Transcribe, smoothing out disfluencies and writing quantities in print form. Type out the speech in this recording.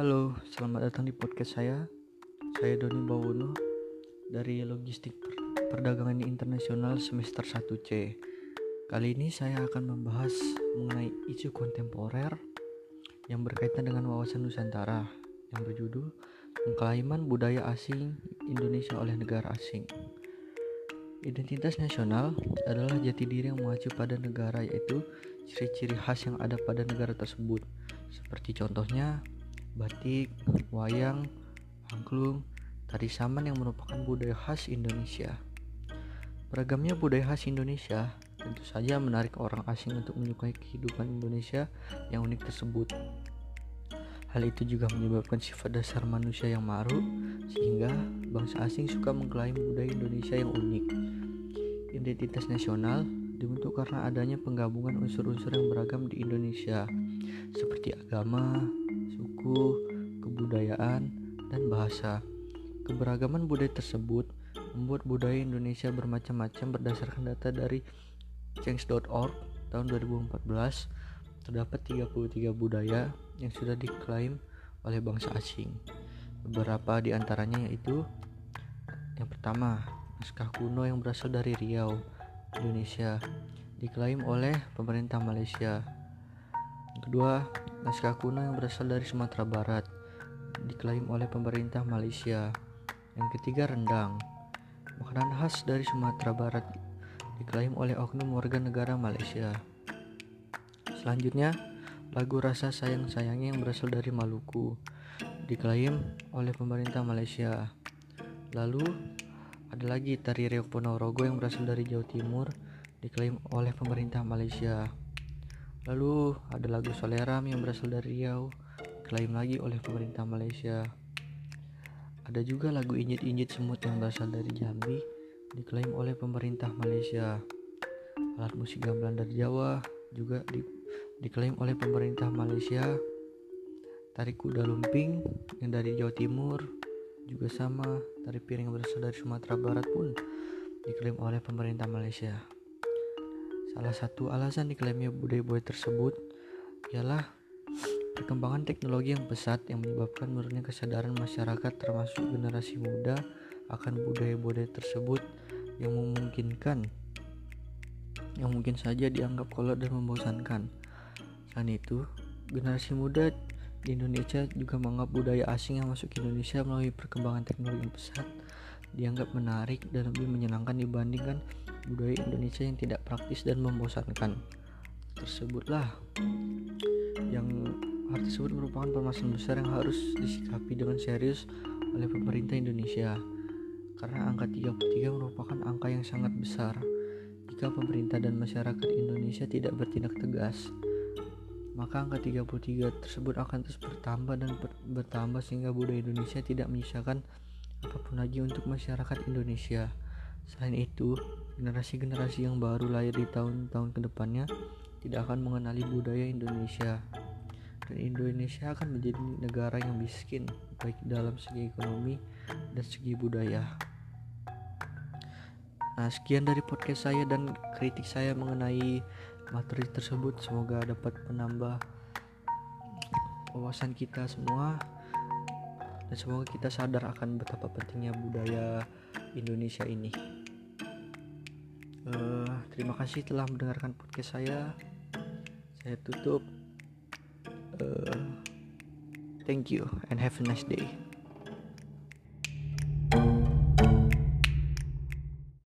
Halo, selamat datang di podcast saya. Saya Doni Bawono dari Logistik Perdagangan Internasional semester 1C. Kali ini saya akan membahas mengenai isu kontemporer yang berkaitan dengan wawasan Nusantara yang berjudul Pengklaiman Budaya Asing Indonesia oleh Negara Asing. Identitas nasional adalah jati diri yang mengacu pada negara, yaitu ciri-ciri khas yang ada pada negara tersebut, seperti contohnya batik, wayang, angklung, tari saman yang merupakan budaya khas Indonesia. Beragamnya budaya khas Indonesia tentu saja menarik orang asing untuk menyukai kehidupan Indonesia yang unik tersebut. Hal itu juga menyebabkan sifat dasar manusia yang maruk, sehingga bangsa asing suka mengklaim budaya Indonesia yang unik. Identitas nasional dibentuk karena adanya penggabungan unsur-unsur yang beragam di Indonesia, seperti agama, suku, kebudayaan, dan bahasa. Keberagaman budaya tersebut membuat budaya Indonesia bermacam-macam. Berdasarkan data dari change.org tahun 2014, terdapat 33 budaya yang sudah diklaim oleh bangsa asing. Beberapa di antaranya yaitu: yang pertama, naskah kuno yang berasal dari Riau, Indonesia, diklaim oleh pemerintah Malaysia. Yang kedua, naskah kuno yang berasal dari Sumatera Barat, diklaim oleh pemerintah Malaysia. Yang ketiga, rendang, makanan khas dari Sumatera Barat, diklaim oleh oknum warga negara Malaysia. Selanjutnya, lagu Rasa Sayang-Sayangnya yang berasal dari Maluku, diklaim oleh pemerintah Malaysia. Lalu ada lagi tari Reog Ponorogo yang berasal dari Jawa Timur, diklaim oleh pemerintah Malaysia. Lalu ada lagu Soleram yang berasal dari Riau, diklaim lagi oleh pemerintah Malaysia. Ada juga lagu Injit-Injit Semut yang berasal dari Jambi, diklaim oleh pemerintah Malaysia. Alat musik gamelan dari Jawa juga diklaim oleh pemerintah Malaysia. Tari Kuda Lumping yang dari Jawa Timur juga sama. Tari piring yang berasal dari Sumatera Barat pun diklaim oleh pemerintah Malaysia. Salah satu alasan diklaimnya budaya-budaya tersebut ialah perkembangan teknologi yang pesat yang menyebabkan menurunnya kesadaran masyarakat, termasuk generasi muda, akan budaya-budaya tersebut yang mungkin saja dianggap kolot dan membosankan. Selain itu, generasi muda di Indonesia juga menganggap budaya asing yang masuk ke Indonesia melalui perkembangan teknologi yang pesat dianggap menarik dan lebih menyenangkan dibandingkan budaya Indonesia yang tidak praktis dan membosankan. Hal tersebut merupakan permasalahan besar yang harus disikapi dengan serius oleh pemerintah Indonesia, karena angka 33 merupakan angka yang sangat besar. Jika pemerintah dan masyarakat Indonesia tidak bertindak tegas, maka angka 33 tersebut akan terus bertambah dan bertambah sehingga budaya Indonesia tidak menyisakan apapun lagi untuk masyarakat Indonesia. Selain itu, generasi-generasi yang baru lahir di tahun-tahun kedepannya tidak akan mengenali budaya Indonesia, dan Indonesia akan menjadi negara yang miskin baik dalam segi ekonomi dan segi budaya. Nah, sekian dari podcast saya dan kritik saya mengenai materi tersebut. Semoga dapat menambah wawasan kita semua, dan semoga kita sadar akan betapa pentingnya budaya Indonesia ini. Terima kasih telah mendengarkan podcast saya. Saya tutup. Thank you and have a nice day.